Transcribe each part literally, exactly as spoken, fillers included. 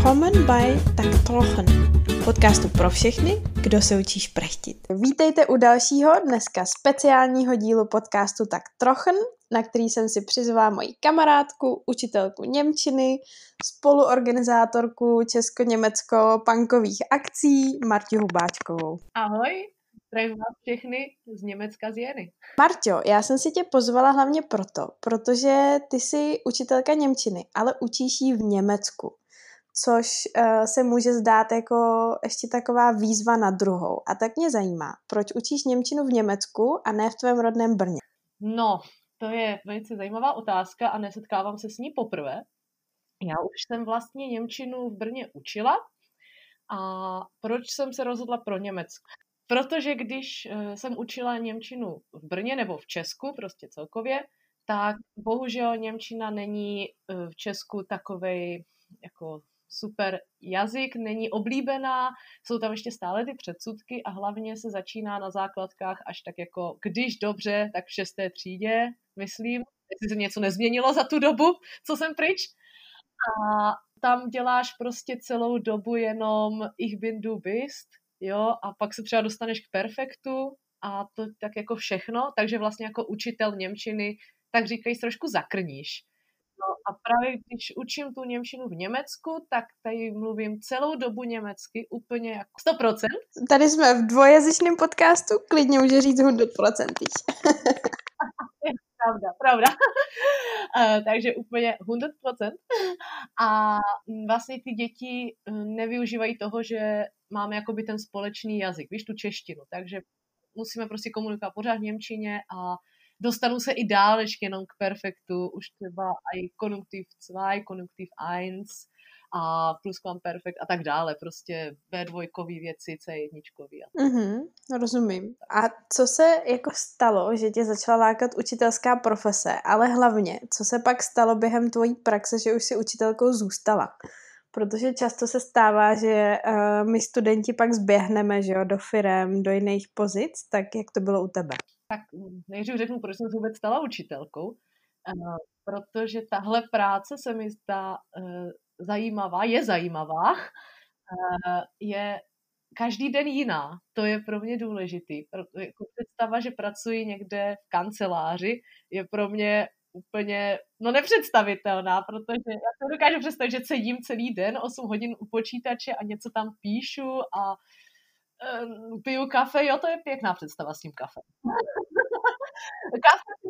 Willkommen bei Tak trochen, podcastu pro všechny, kdo se učí šprechtit. Vítejte u dalšího, dneska speciálního dílu podcastu Tak trochen, na který jsem si přizvala moji kamarádku, učitelku němčiny, spoluorganizátorku česko-německo-punkových akcí Marťu Hubáčkovou. Ahoj, zdravím vás všechny z Německa, z Jeny. Marťo, já jsem si tě pozvala hlavně proto, protože ty jsi učitelka němčiny, ale učíš ji v Německu, což uh, se může zdát jako ještě taková výzva na druhou. A tak mě zajímá, proč učíš němčinu v Německu a ne v tvém rodném Brně? No, to je velice zajímavá otázka a nesetkávám se s ní poprvé. Já už jsem vlastně němčinu v Brně učila a proč jsem se rozhodla pro Německo? Protože když jsem učila němčinu v Brně nebo v Česku, prostě celkově, tak bohužel němčina není v Česku takovej jako super jazyk, není oblíbená, jsou tam ještě stále ty předsudky a hlavně se začíná na základkách až tak jako, když dobře, tak v šesté třídě, myslím, jestli se něco nezměnilo za tu dobu, co jsem pryč. A tam děláš prostě celou dobu jenom ich bin du bist, jo, a pak se třeba dostaneš k perfektu a to tak jako všechno, takže vlastně jako učitel němčiny, tak říkají, trošku zakrníš. No a právě když učím tu němčinu v Německu, tak tady mluvím celou dobu německy, úplně jako sto procent. Tady jsme v dvojazyčném podcastu, klidně může říct sto procent. Pravda, pravda. uh, takže úplně sto procent. A vlastně ty děti nevyužívají toho, že máme jakoby ten společný jazyk, víš, tu češtinu, takže musíme prostě komunikovat pořád v němčině a dostanu se i dál, než jenom k perfektu, už třeba i konjunktiv dva, konjunktiv jedna a pluskvamperfekt a tak dále, prostě bé dvojkový věci, cé jedničkový. Mhm, rozumím. A co se jako stalo, že tě začala lákat učitelská profese, ale hlavně, co se pak stalo během tvojí praxe, že už si učitelkou zůstala? Protože často se stává, že uh, my studenti pak zběhneme, že jo, do firem, do jiných pozic, tak jak to bylo u tebe? Tak nejdřív řeknu, proč jsem se vůbec stala učitelkou, uh, protože tahle práce se mi zdá uh, zajímavá, je zajímavá, uh, je každý den jiná, to je pro mě důležitý. Jako představa, že pracuji někde v kanceláři, je pro mě úplně no nepředstavitelná, protože já si dokážu představit, že sedím celý den, osm hodin u počítače a něco tam píšu a uh, piju kafe, jo, to je pěkná představa s tím kafem. Kafe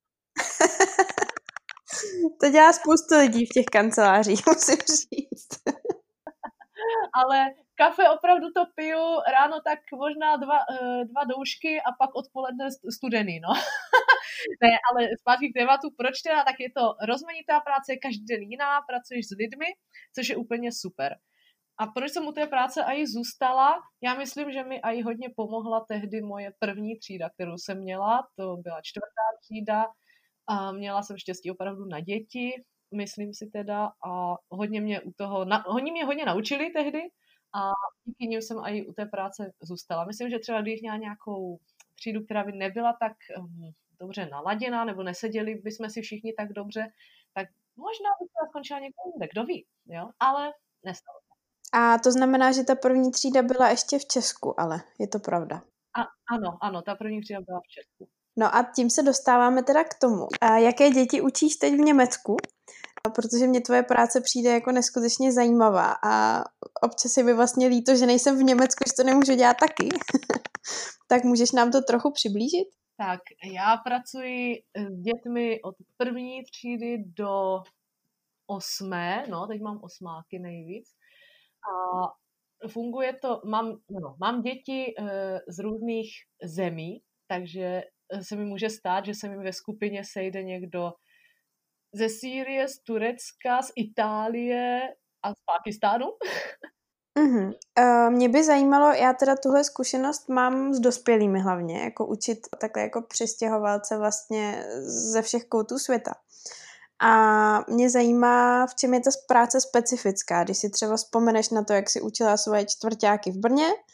to dělá spoustu lidí v těch kancelářích, musím říct. Ale kafe opravdu to piju ráno tak možná dva, dva doušky a pak odpoledne studený, no. Ne, ale zpátky k tématu, proč teda, tak je to rozmanitá práce, každý den jiná, pracuješ s lidmi, což je úplně super. A proč jsem u té práce aj zůstala? Já myslím, že mi aj hodně pomohla tehdy moje první třída, kterou jsem měla, to byla čtvrtá třída a měla jsem štěstí opravdu na děti, myslím si teda, a hodně mě u toho, na, hodně mě hodně naučili tehdy a díky nim jsem i u té práce zůstala. Myslím, že třeba když měla nějakou třídu, která by nebyla tak um, dobře naladěná, nebo neseděli bychom si všichni tak dobře, tak možná by to skončila někdo jinde, kdo ví, jo, ale nestalo. A to znamená, že ta první třída byla ještě v Česku, ale je to pravda. A, ano, ano, ta první třída byla v Česku. No a tím se dostáváme teda k tomu. A jaké děti učíš teď v Německu? Protože mě tvoje práce přijde jako neskutečně zajímavá a občas je mi vlastně líto, že nejsem v Německu, že to nemůžu dělat taky. Tak můžeš nám to trochu přiblížit? Tak já pracuji s dětmi od první třídy do osmé, no teď mám osmáky nejvíc. A funguje to, mám, no, mám děti e, z různých zemí, takže se mi může stát, že se mi ve skupině sejde někdo ze Sýrie, z Turecka, z Itálie a z Pákistánu. Uh-huh. Uh, mě by zajímalo, já teda tuhle zkušenost mám s dospělými hlavně, jako učit takhle jako přistěhovalce vlastně ze všech koutů světa. A mě zajímá, v čem je ta práce specifická, když si třeba vzpomeneš na to, jak si učila svoje čtvrťáky v Brně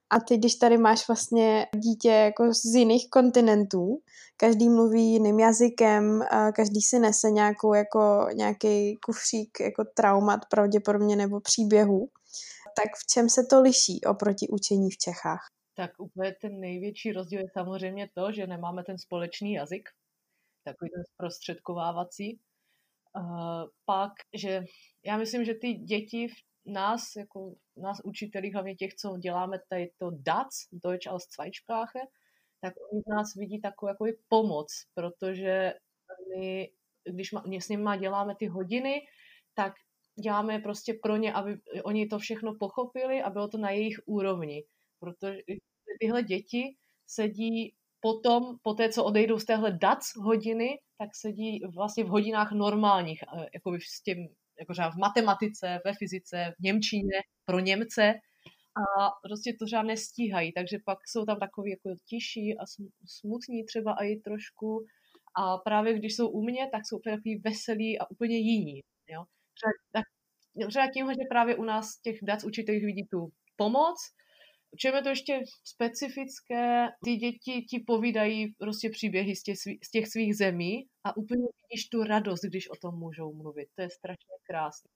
A ty, když tady máš vlastně dítě jako z jiných kontinentů, každý mluví jiným jazykem, každý si nese nějakou jako nějaký kufřík jako traumat pravděpodobně nebo příběhů, tak v čem se to liší oproti učení v Čechách? Tak úplně ten největší rozdíl je samozřejmě to, že nemáme ten společný jazyk, takový ten zprostředkovávací. Uh, pak, že já myslím, že ty děti v nás, jako nás učitelí, hlavně těch, co děláme tady to D A C, Deutsch als Zweitsprache, tak oni v nás vidí takovou jako pomoc, protože my, když ma, s nimi děláme ty hodiny, tak děláme prostě pro ně, aby oni to všechno pochopili a bylo to na jejich úrovni. Protože tyhle děti sedí potom, po té, co odejdou z téhle D A C hodiny, tak sedí vlastně v hodinách normálních, jako s tím, jako v matematice, ve fyzice, v němčině, pro Němce a prostě to žádné stíhají, takže pak jsou tam takový jako tiší a smutní třeba i trošku a právě když jsou u mě, tak jsou úplně takový veselí a úplně jiní, jo. Třeba, třeba tím, že právě u nás těch D A C učitelích vidí tu pomoc. Čím je to ještě specifické, ty děti ti povídají prostě příběhy z těch, svých, z těch svých zemí a úplně vidíš tu radost, když o tom můžou mluvit. To je strašně krásné.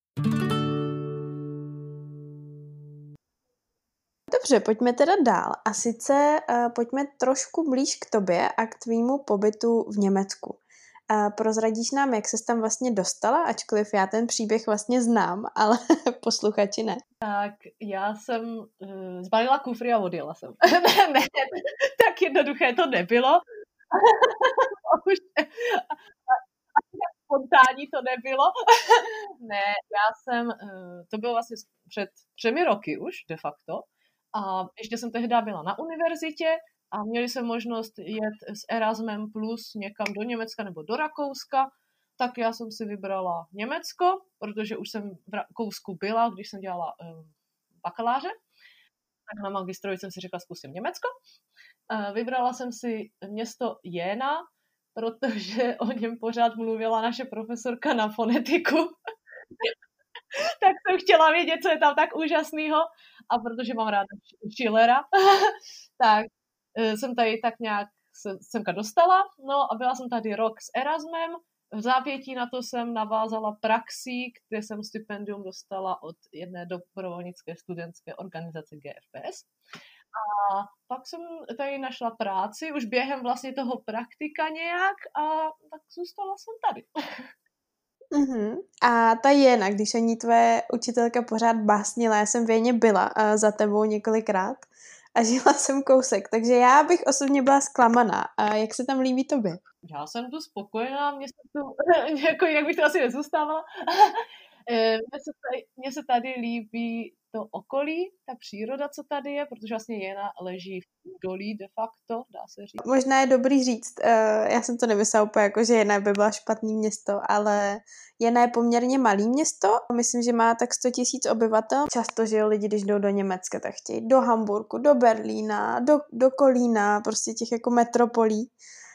Dobře, pojďme teda dál. A sice uh, pojďme trošku blíž k tobě a k tvýmu pobytu v Německu. Uh, prozradíš nám, jak ses tam vlastně dostala, ačkoliv já ten příběh vlastně znám, ale posluchači ne. Tak já jsem uh, zbalila kufry a odjela jsem. ne, ne, tak jednoduché to nebylo. Už spontánní to nebylo. ne, já jsem, uh, to bylo vlastně před třemi roky už de facto. A ještě jsem tehdy byla na univerzitě a měli jsme možnost jet s Erasmem plus někam do Německa nebo do Rakouska, tak já jsem si vybrala Německo, protože už jsem v Rakousku byla, když jsem dělala um, bakaláře, tak na magistrovi jsem si řekla, zkusím Německo. Uh, vybrala jsem si město Jena, protože o něm pořád mluvila naše profesorka na fonetiku. tak jsem chtěla vědět, co je tam tak úžasného. A protože mám ráda Schillera, tak jsem tady tak nějak semka dostala. No a byla jsem tady rok s Erasmem. V zápětí na to jsem navázala praxi, kde jsem stipendium dostala od jedné dobrovolnické studentské organizace G F P S. A pak jsem tady našla práci, už během vlastně toho praktika nějak a tak zůstala jsem tady. Uh-huh. A ta Jena, když o ní tvoje učitelka pořád básnila, já jsem v Jeně byla uh, za tebou několikrát a žila jsem kousek, takže já bych osobně byla zklamaná. A jak se tam líbí tobě? Já jsem tu spokojená, mě se tu, jako, jak bych to asi nezůstávala. Mně se, tady, mně se tady líbí to okolí, ta příroda, co tady je, protože vlastně Jena leží v údolí de facto, dá se říct. Možná je dobrý říct, já jsem to nemyslela úplně jako, že Jena by byla špatný město, ale Jena je poměrně malý město, myslím, že má tak sto tisíc obyvatel. Často, že jo, lidi, když jdou do Německa, tak chtějí do Hamburku, do Berlína, do, do Kolína, prostě těch jako metropolí.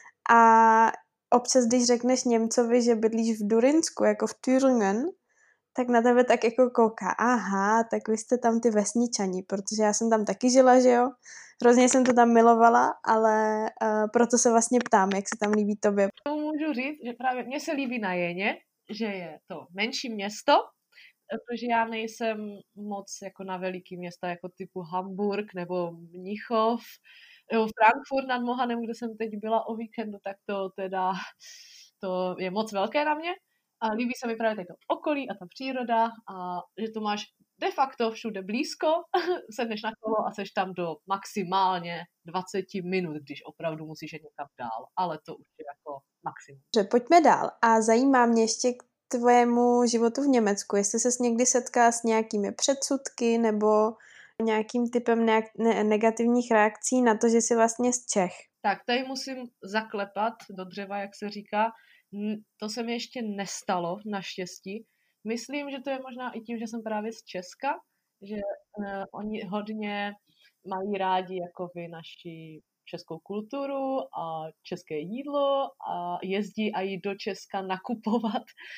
A občas, když řekneš Němcovi, že bydlíš v Durinsku, jako v Thüringen, tak na tebe tak jako kouká, aha, tak vy jste tam ty vesničani, protože já jsem tam taky žila, že jo? Hrozně jsem to tam milovala, ale uh, proto se vlastně ptám, jak se tam líbí tobě. To můžu říct, že právě mně se líbí na Jeně, že je to menší město, protože já nejsem moc jako na veliký města, jako typu Hamburg nebo Mnichov, jo, Frankfurt nad Mohanem, kde jsem teď byla o víkendu, tak to teda to je moc velké na mě. A líbí se mi právě tady to okolí a ta příroda a že to máš de facto všude blízko, sedneš na kolo a seš tam do maximálně dvacet minut, když opravdu musíš jít někam dál, ale to už je jako maximum. Dobře, pojďme dál a zajímá mě ještě k tvému životu v Německu, jestli ses někdy setkala s nějakými předsudky nebo nějakým typem ne- ne- negativních reakcí na to, že jsi vlastně z Čech. Tak tady musím zaklepat do dřeva, jak se říká. To se mi ještě nestalo, naštěstí. Myslím, že to je možná i tím, že jsem právě z Česka, že uh, oni hodně mají rádi jako vy naši českou kulturu a české jídlo a jezdí i do Česka nakupovat.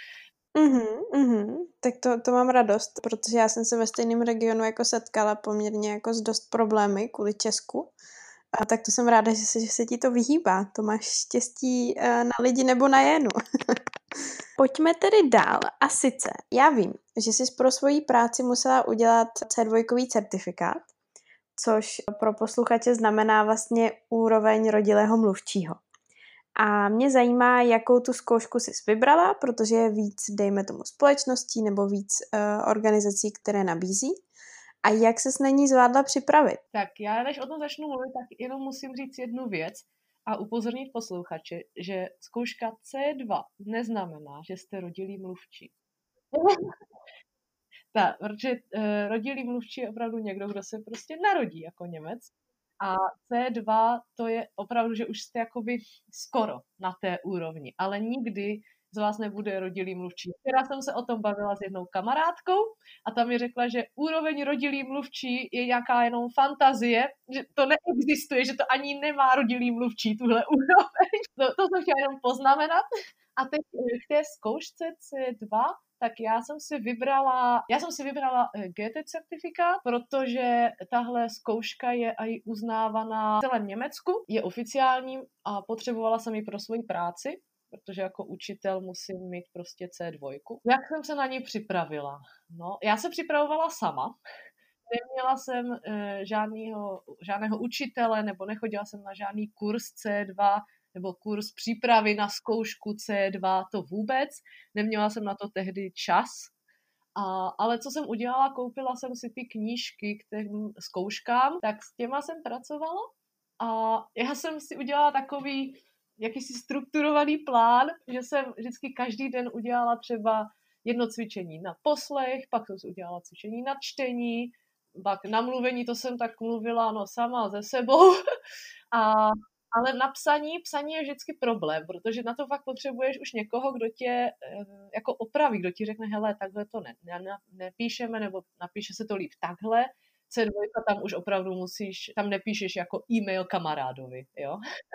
Mhm, mhm. Tak to, to mám radost, protože já jsem se ve stejném regionu jako setkala poměrně jako s dost problémy kvůli Česku. A tak to jsem ráda, že se, že se ti to vyhýbá. To máš štěstí uh, na lidi nebo na jenu. Pojďme tedy dál. A sice, já vím, že jsi pro svoji práci musela udělat cé dva certifikát, což pro posluchače znamená vlastně úroveň rodilého mluvčího. A mě zajímá, jakou tu zkoušku jsi vybrala, protože je víc, dejme tomu, společností nebo víc uh, organizací, které nabízí. A jak ses na ní zvládla připravit? Tak já, než o tom začnu mluvit, tak jenom musím říct jednu věc a upozornit posluchače, že zkouška cé dva neznamená, že jste rodilý mluvčí. Tak, protože uh, rodilý mluvčí je opravdu někdo, kdo se prostě narodí jako Němec. A cé dva to je opravdu, že už jste jakoby skoro na té úrovni, ale nikdy z vás nebude rodilý mluvčí. Včera jsem se o tom bavila s jednou kamarádkou a ta mi řekla, že úroveň rodilý mluvčí je nějaká jenom fantazie, že to neexistuje, že to ani nemá rodilý mluvčí, tuhle úroveň. To, to jsem chtěla jenom poznamenat. A teď k té zkoušce cé dva, tak já jsem si vybrala, já jsem si vybrala gé té certifikát, protože tahle zkouška je i uznávaná v celém Německu, je oficiální a potřebovala jsem ji pro svoji práci, protože jako učitel musím mít prostě cé dva. Jak jsem se na ní připravila? No, já se připravovala sama. Neměla jsem e, žádnýho, žádného učitele, nebo nechodila jsem na žádný kurz cé dva, nebo kurz přípravy na zkoušku cé dva, to vůbec. Neměla jsem na to tehdy čas. A, ale co jsem udělala, koupila jsem si ty knížky k těm zkouškám, tak s těma jsem pracovala a já jsem si udělala takový jakýsi strukturovaný plán, že jsem vždycky každý den udělala třeba jedno cvičení na poslech, pak jsem si udělala cvičení na čtení, pak na mluvení, to jsem tak mluvila no sama ze sebou. A, ale na psaní, psaní je vždycky problém, protože na to fakt potřebuješ už někoho, kdo tě jako opraví, kdo ti řekne, hele, takhle to ne, ne, nepíšeme, nebo napíše se to líp takhle. cé dva tam už opravdu musíš, tam nepíšeš jako e-mail kamarádovi, jo.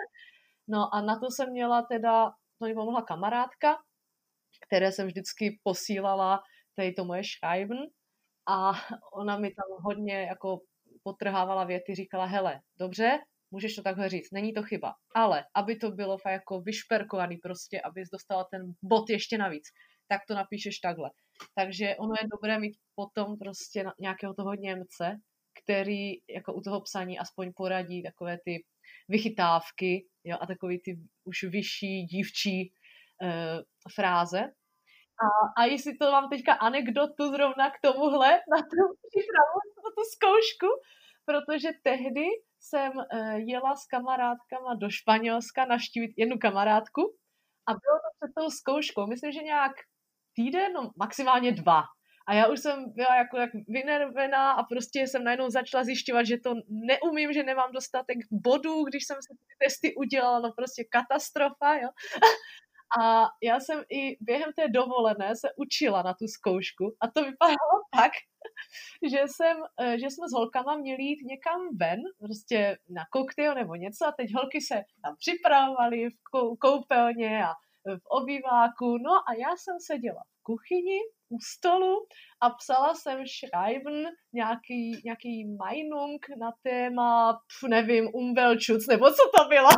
No a na to jsem měla teda, to mi pomohla kamarádka, které jsem vždycky posílala tady to moje schreiben a ona mi tam hodně jako potrhávala věty, říkala, hele, dobře, můžeš to takhle říct, není to chyba, ale aby to bylo fakt jako vyšperkovaný prostě, abys dostala ten bod ještě navíc, tak to napíšeš takhle. Takže ono je dobré mít potom prostě nějakého toho Němce, který jako u toho psaní aspoň poradí takové ty vychytávky, jo, a takový ty už vyšší dívčí e, fráze. A, a jestli to mám teďka anekdotu zrovna k tomuhle, na tu přípravu, na tu zkoušku, protože tehdy jsem e, jela s kamarádkama do Španělska navštívit jednu kamarádku a bylo to před tou zkouškou. Myslím, že nějak týden, no maximálně dva. A já už jsem byla jako jak vynervená a prostě jsem najednou začala zjišťovat, že to neumím, že nemám dostatek bodů, když jsem si ty testy udělala, no prostě katastrofa, jo. A já jsem i během té dovolené se učila na tu zkoušku a to vypadalo tak, že, jsem, že jsme s holkama měli jít někam ven, prostě na koktejl nebo něco a teď holky se tam připravovaly v koupelně a v obýváku, no a já jsem seděla v kuchyni u stolu a psala jsem schreiben nějaký, nějaký Meinung na téma, pf, nevím, Umweltschutz, nebo co to bylo.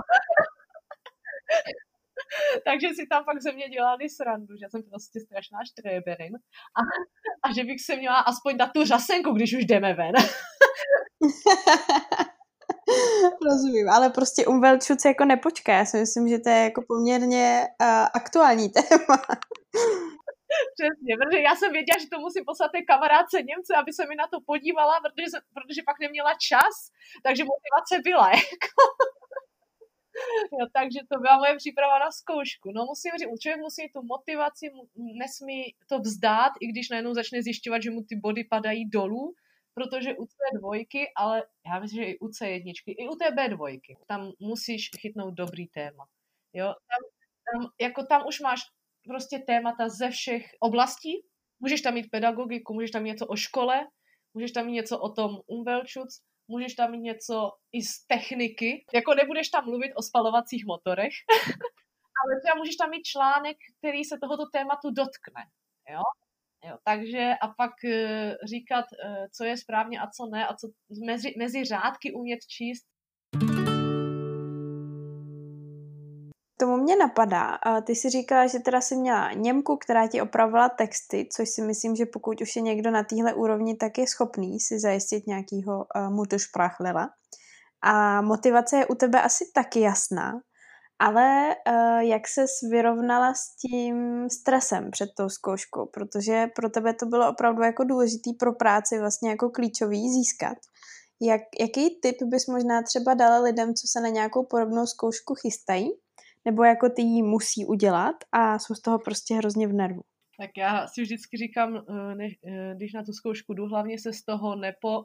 Takže si tam fakt ze mě dělali srandu, že jsem prostě strašná štréberin a, a že bych se měla aspoň dát tu řasenku, když už jdeme ven. Rozumím, ale prostě Umweltschutz jako nepočká. Já si myslím, že to je jako poměrně uh, aktuální téma. Přesně, protože já jsem věděla, že to musím poslat té kamarádce Němce, aby se mi na to podívala, protože, se, protože pak neměla čas, takže motivace byla. Jako. Jo, takže to byla moje příprava na zkoušku. No musím říct, člověk musí tu motivaci, nesmí to vzdát, i když najednou začne zjišťovat, že mu ty body padají dolů, protože u té dvojky, ale já myslím, že i u cé jedna, i u té bé dva, tam musíš chytnout dobrý téma. Jo, tam, tam, jako tam už máš prostě témata ze všech oblastí. Můžeš tam mít pedagogiku, můžeš tam mít něco o škole, můžeš tam mít něco o tom Umweltschutz, můžeš tam mít něco i z techniky. Jako nebudeš tam mluvit o spalovacích motorech, ale třeba můžeš tam mít článek, který se tohoto tématu dotkne. Jo? Jo, takže a pak uh, říkat, uh, co je správně a co ne a co mezi, mezi řádky umět číst. Tomu mě napadá. Ty si říkala, že teda jsi měla Němku, která ti opravovala texty, což si myslím, že pokud už je někdo na téhle úrovni, tak je schopný si zajistit nějakýho uh, Muttersprachler. A motivace je u tebe asi taky jasná, ale uh, jak ses vyrovnala s tím stresem před tou zkouškou, protože pro tebe to bylo opravdu jako důležitý pro práci vlastně jako klíčový získat. Jak, jaký tip bys možná třeba dala lidem, co se na nějakou podobnou zkoušku chystají, nebo jako ty jí musí udělat a jsou z toho prostě hrozně v nervu? Tak já si vždycky říkám, ne, když na tu zkoušku jdu, hlavně se z toho nepo...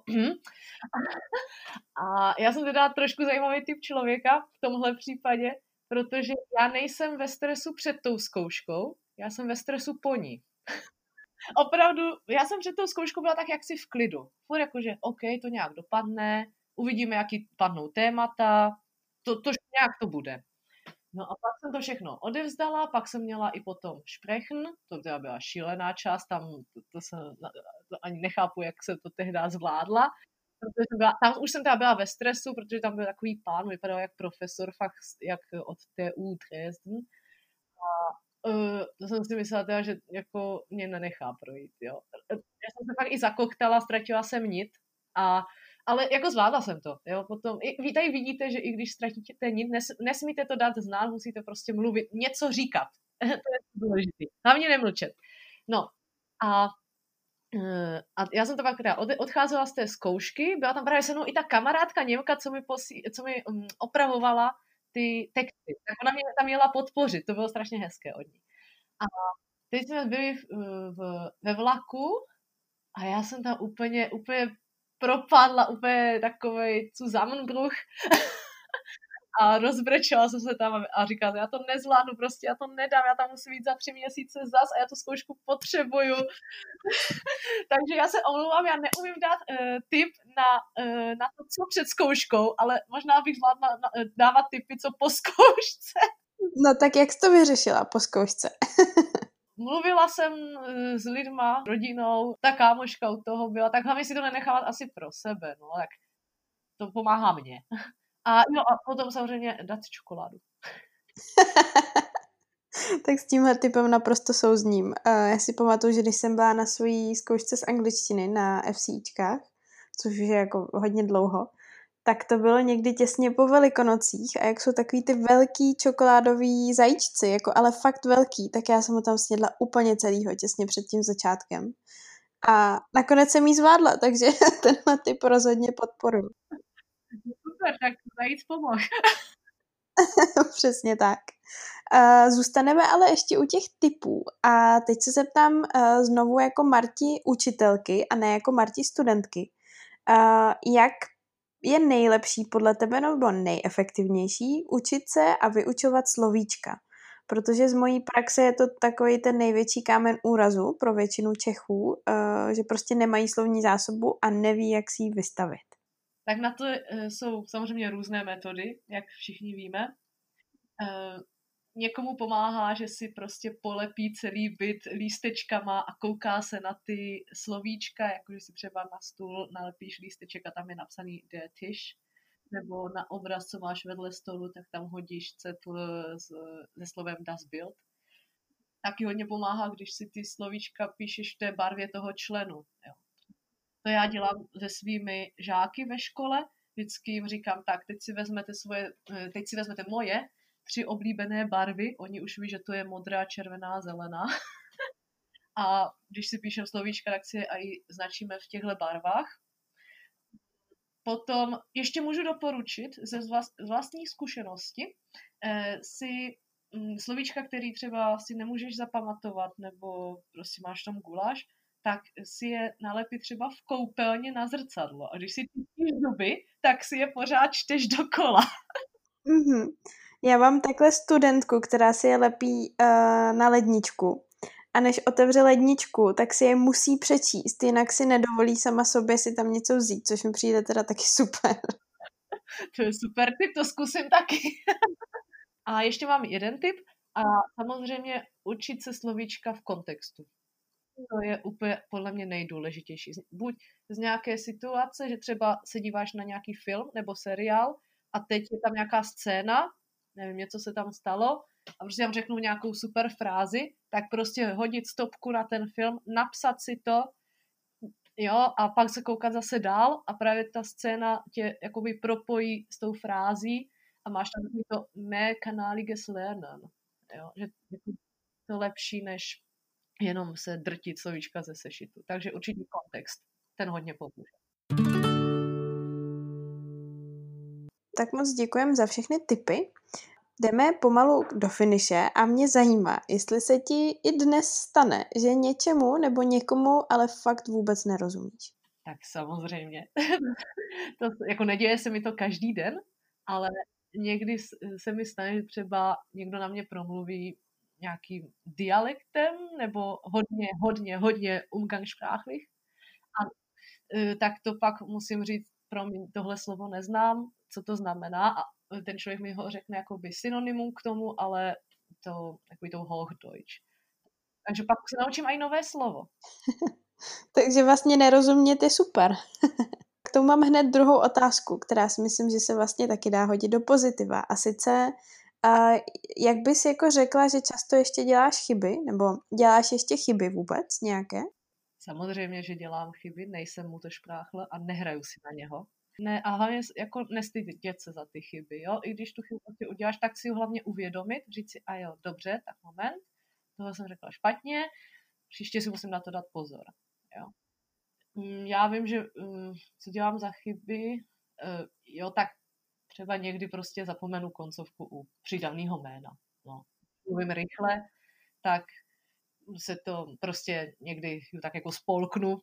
A já jsem teda trošku zajímavý typ člověka v tomhle případě, protože já nejsem ve stresu před tou zkouškou, já jsem ve stresu po ní. Opravdu, já jsem před tou zkouškou byla tak jaksi v klidu. Furt jakože, OK, to nějak dopadne, uvidíme, jaký padnou témata, to, to nějak to bude. No a pak jsem to všechno odevzdala, pak jsem měla i potom Sprechen, to teda byla šílená část, tam to, to jsem, to ani nechápu, jak se to tehdy zvládla, protože jsem byla, tam už jsem teda byla ve stresu, protože tam byl takový pán, vypadal jak profesor, fakt jak od T U Dresden. A uh, to jsem si myslela teda, že jako mě nenechá projít, jo. Já jsem se fakt i zakoktala, ztratila jsem nit a ale jako zvládla jsem to, jo, potom, vy tady vidíte, že i když ztratíte nit, nes, nesmíte to dát znát, musíte prostě mluvit, něco říkat, to je důležité, hlavně nemlčet. No a, a já jsem to pak teda odcházela z té zkoušky, byla tam právě se mnou i ta kamarádka Němka, co mi, posí, co mi um, opravovala ty texty, tak ona mě tam měla podpořit, to bylo strašně hezké od ní. A teď jsme byli v, v, ve vlaku a já jsem tam úplně, úplně propadla, úplně takovej Zusammenbruch a rozbrečela jsem se tam a říkala, já to nezvládnu, prostě já to nedám, já tam musím jít za tři měsíce zas a já tu zkoušku potřebuju. Takže já se omlouvám, já neumím dát uh, tip na, uh, na to, co před zkouškou, ale možná bych zvládla na, uh, dávat tipy, co po zkoušce. No tak jak jsi to vyřešila po zkoušce? Mluvila jsem s lidma, rodinou, ta kámoška u toho byla, tak hlavně si to nenechávat asi pro sebe, no, tak to pomáhá mně. A jo, a potom samozřejmě dát čokoládu. Tak s tímhle typem naprosto souzním. Já si pamatuju, že když jsem byla na své zkoušce z angličtiny na FCčkách, což už je jako hodně dlouho, tak to bylo někdy těsně po Velikonocích a jak jsou takový ty velký čokoládový zajíčci, jako ale fakt velký, tak já jsem ho tam snědla úplně celýho těsně před tím začátkem. A nakonec jsem jí zvládla, takže tenhle typ rozhodně podporuji. Super, tak zajíc pomohl. Přesně tak. Zůstaneme ale ještě u těch typů a teď se zeptám znovu jako Marti učitelky a ne jako Marti studentky. Jak je nejlepší podle tebe nebo nejefektivnější učit se a vyučovat slovíčka? Protože z mojí praxe je to takový ten největší kámen úrazu pro většinu Čechů, že prostě nemají slovní zásobu a neví, jak si ji vystavit. Tak na to jsou samozřejmě různé metody, jak všichni víme. Někomu pomáhá, že si prostě polepí celý byt lístečkama a kouká se na ty slovíčka, jakože si třeba na stůl nalepíš lísteček a tam je napsaný der Tisch, nebo na obraz, co máš vedle stolu, tak tam hodíš cetl se slovem das Bild. Taky hodně pomáhá, když si ty slovíčka píšeš v té barvě toho členu. Jo. To já dělám se svými žáky ve škole, vždycky jim říkám, tak teď si vezmete svoje, teď si vezmete moje tři oblíbené barvy, oni už ví, že to je modrá, červená, zelená. A když si píšem slovíčka, tak si je i značíme v těchto barvách. Potom ještě můžu doporučit ze vlastní zkušenosti eh, si hm, slovíčka, který třeba si nemůžeš zapamatovat, nebo prostě máš tam guláš, tak si je nalepit třeba v koupelně na zrcadlo. A když si píšeš zuby, tak si je pořád čteš dokola. Mm-hmm. Já mám takhle studentku, která si je lepí uh, na ledničku. A než otevře ledničku, tak si je musí přečíst, jinak si nedovolí sama sobě si tam něco vzít, což mi přijde teda taky super. To je super tip, to zkusím taky. A ještě mám jeden tip. A samozřejmě učit se slovíčka v kontextu. To je úplně podle mě nejdůležitější. Buď z nějaké situace, že třeba se díváš na nějaký film nebo seriál a teď je tam nějaká scéna, nevím, něco se tam stalo a prostě tam řeknu nějakou super frázi, tak prostě hodit stopku na ten film, napsat si to, jo, a pak se koukat zase dál a právě ta scéna tě jakoby propojí s tou frází a máš tam takový to mehrkanalige Lernen, jo, že je to lepší, než jenom se drtit slovíčka ze sešitu. Takže určitě kontext, ten hodně pomůže. Tak moc děkujem za všechny tipy. Jdeme pomalu do finiše a mě zajímá, jestli se ti i dnes stane, že něčemu nebo někomu ale fakt vůbec nerozumíš. Tak samozřejmě. To, jako neděje se mi to každý den, ale někdy se mi stane, že třeba někdo na mě promluví nějakým dialektem nebo hodně, hodně, hodně umgangssprachlich. A tak to pak musím říct, promiň, tohle slovo neznám, co to znamená a ten člověk mi ho řekne jakoby synonymum k tomu, ale to takový to Hochdeutsch. Takže pak se naučím i nové slovo. Takže vlastně nerozumět je super. K tomu mám hned druhou otázku, která si myslím, že se vlastně taky dá hodit do pozitiva. A sice, uh, jak bys jako řekla, že často ještě děláš chyby, nebo děláš ještě chyby vůbec nějaké? Samozřejmě, že dělám chyby, nejsem mu to špráchle a nehraju si na něho. Ne, a hlavně jako nestydět se za ty chyby, jo. I když tu chybu prostě uděláš, tak si ho hlavně uvědomit, říct si, a jo, dobře, tak moment, toho jsem řekla špatně, příště si musím na to dát pozor, jo. Já vím, že co dělám za chyby, jo, tak třeba někdy prostě zapomenu koncovku u přidaného jména, no. Mluvím rychle, tak se to prostě někdy tak jako spolknu.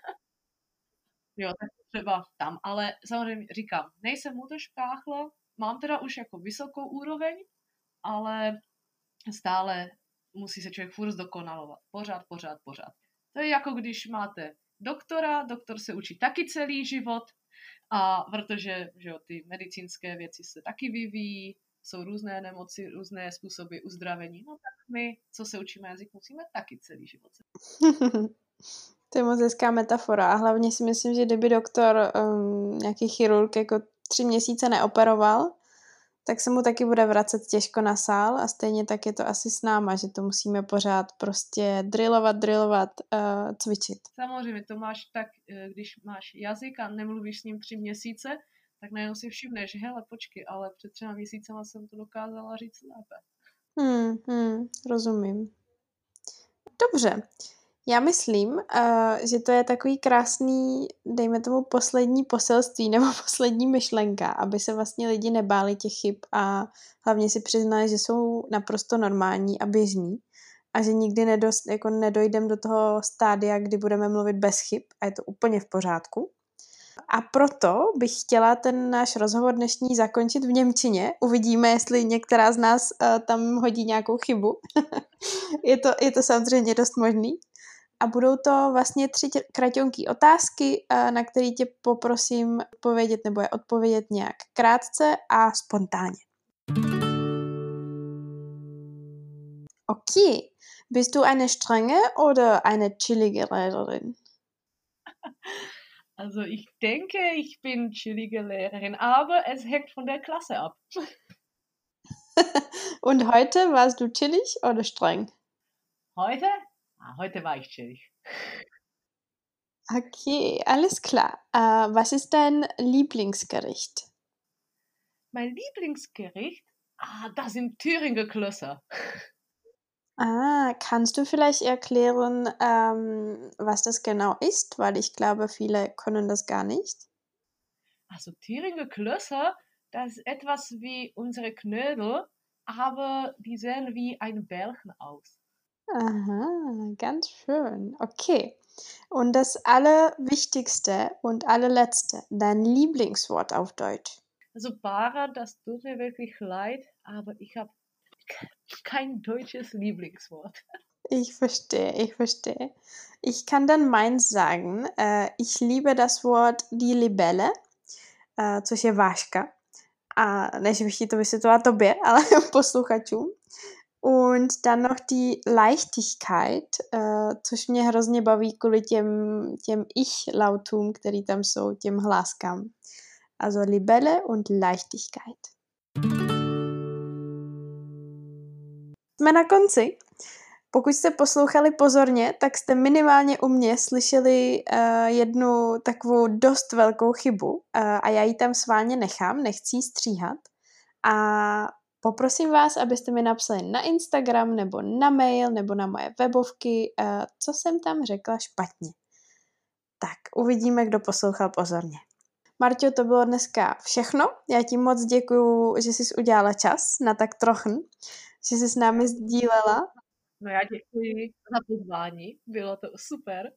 Jo, tak třeba tam, ale samozřejmě říkám, nejsem muttersprachler, mám teda už jako vysokou úroveň, ale stále musí se člověk furt zdokonalovat. Pořád, pořád, pořád. To je jako když máte doktora, doktor se učí taky celý život, a protože že jo, ty medicínské věci se taky vyvíjí, jsou různé nemoci, různé způsoby uzdravení, no tak my, co se učíme jazyk, musíme taky celý život. To je moc hezká metafora a hlavně si myslím, že kdyby doktor, um, nějaký chirurg jako tři měsíce neoperoval, tak se mu taky bude vracet těžko na sál a stejně tak je to asi s náma, že to musíme pořád prostě drillovat, drillovat, uh, cvičit. Samozřejmě, to máš tak, když máš jazyk a nemluvíš s ním tři měsíce, tak najednou si všimneš, hele, počkej, ale před třema měsícema jsem to dokázala říct lépe. Hmm, hmm, rozumím. Dobře. Já myslím, uh, že to je takový krásný, dejme tomu poslední poselství nebo poslední myšlenka, aby se vlastně lidi nebáli těch chyb a hlavně si přiznali, že jsou naprosto normální a běžní a že nikdy nedost, jako nedojdem do toho stádia, kdy budeme mluvit bez chyb a je to úplně v pořádku. A proto bych chtěla ten náš rozhovor dnešní zakončit v němčině. Uvidíme, jestli některá z nás uh, tam hodí nějakou chybu. je, to, je to samozřejmě dost možný. A budou to vlastně tři kraťonké otázky, na které tě poprosím odpovědět nebo je odpovědět nějak krátce a spontánně. Okay. Bist du eine strenge oder eine chillige Lehrerin? Also ich denke, ich bin chillige Lehrerin, aber es hängt von der Klasse ab. Und heute warst du chillig oder streng? Heute? Ah, heute war ich chillig. Okay, alles klar. Uh, was ist dein Lieblingsgericht? Mein Lieblingsgericht? Ah, das sind Thüringer Klösser. Ah, kannst du vielleicht erklären, ähm, was das genau ist? Weil ich glaube, viele können das gar nicht. Also Thüringer Klösser, das ist etwas wie unsere Knödel, aber die sehen wie ein Bällchen aus. Aha, ganz schön. Okay. Und das Allerwichtigste und Allerletzte, dein Lieblingswort auf Deutsch. Also Bara, das tut mir wirklich leid, aber ich habe kein deutsches Lieblingswort. Ich verstehe, ich verstehe. Ich kann dann meins sagen. Äh, ich liebe das Wort die Libelle, äh, což je váška. A než bych ti to vysvětlila tobě, ale posluchačům. Und dann noch die Leichtigkeit, uh, což mě hrozně baví kvůli těm, těm Ich-Lautům, který tam jsou, těm hláskám. Also Libelle und Leichtigkeit. Jsme na konci. Pokud jste poslouchali pozorně, tak jste minimálně u mě slyšeli uh, jednu takovou dost velkou chybu uh, a já ji tam sválně nechám, nechci ji stříhat. A poprosím vás, abyste mi napsali na Instagram nebo na mail nebo na moje webovky, uh, co jsem tam řekla špatně. Tak, uvidíme, kdo poslouchal pozorně. Marťo, to bylo dneska všechno. Já ti moc děkuju, že jsi udělala čas na tak trochen, že jsi s námi sdílela. No já děkuji za pozvání, bylo to super.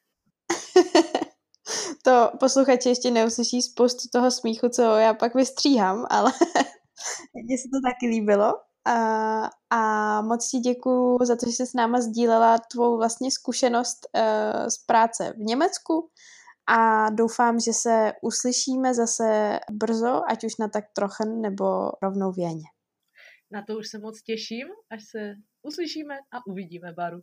To posluchači ještě neuslyší spoustu toho smíchu, co já pak vystříhám, ale mně se to taky líbilo. A, a moc ti děkuju za to, že jsi s náma sdílela tvou vlastně zkušenost uh, z práce v Německu a doufám, že se uslyšíme zase brzo, ať už na tak trochen nebo rovnou v Janě. Na to už se moc těším, až se uslyšíme a uvidíme, Baru.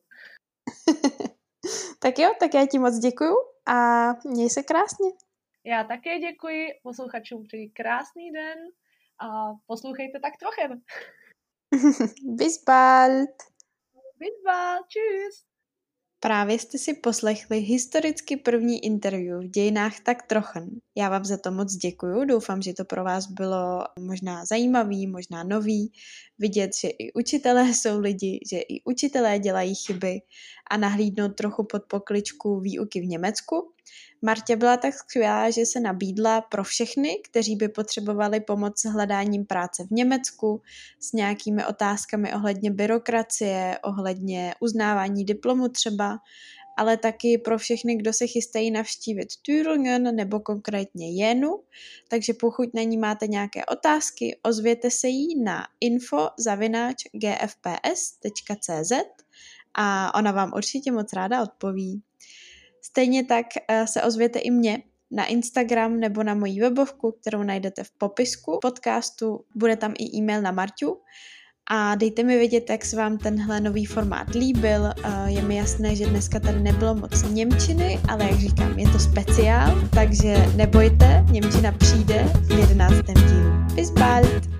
Tak jo, tak já ti moc děkuju a měj se krásně. Já také děkuji, posluchačům přeji krásný den a poslouchejte tak trochen. Bis bald. Bis bald, tschüss. Právě jste si poslechli historicky první interview v dějinách tak trochen. Já vám za to moc děkuju, doufám, že to pro vás bylo možná zajímavý, možná nový, vidět, že i učitelé jsou lidi, že i učitelé dělají chyby a nahlídnout trochu pod pokličku výuky v Německu. Martě byla tak skvělá, že se nabídla pro všechny, kteří by potřebovali pomoc s hledáním práce v Německu, s nějakými otázkami ohledně byrokracie, ohledně uznávání diplomu třeba, ale taky pro všechny, kdo se chystají navštívit Thüringen nebo konkrétně Jenu. Takže pokud na ní máte nějaké otázky, ozvěte se jí na info zavináč g f p s tečka c z a ona vám určitě moc ráda odpoví. Stejně tak se ozvěte i mě na Instagram nebo na moji webovku, kterou najdete v popisku podcastu. Bude tam i e-mail na Marťu. A dejte mi vědět, jak se vám tenhle nový formát líbil. Je mi jasné, že dneska tady nebylo moc němčiny, ale jak říkám, je to speciál, takže nebojte, němčina přijde v jedenáctém dílu. Bis bald!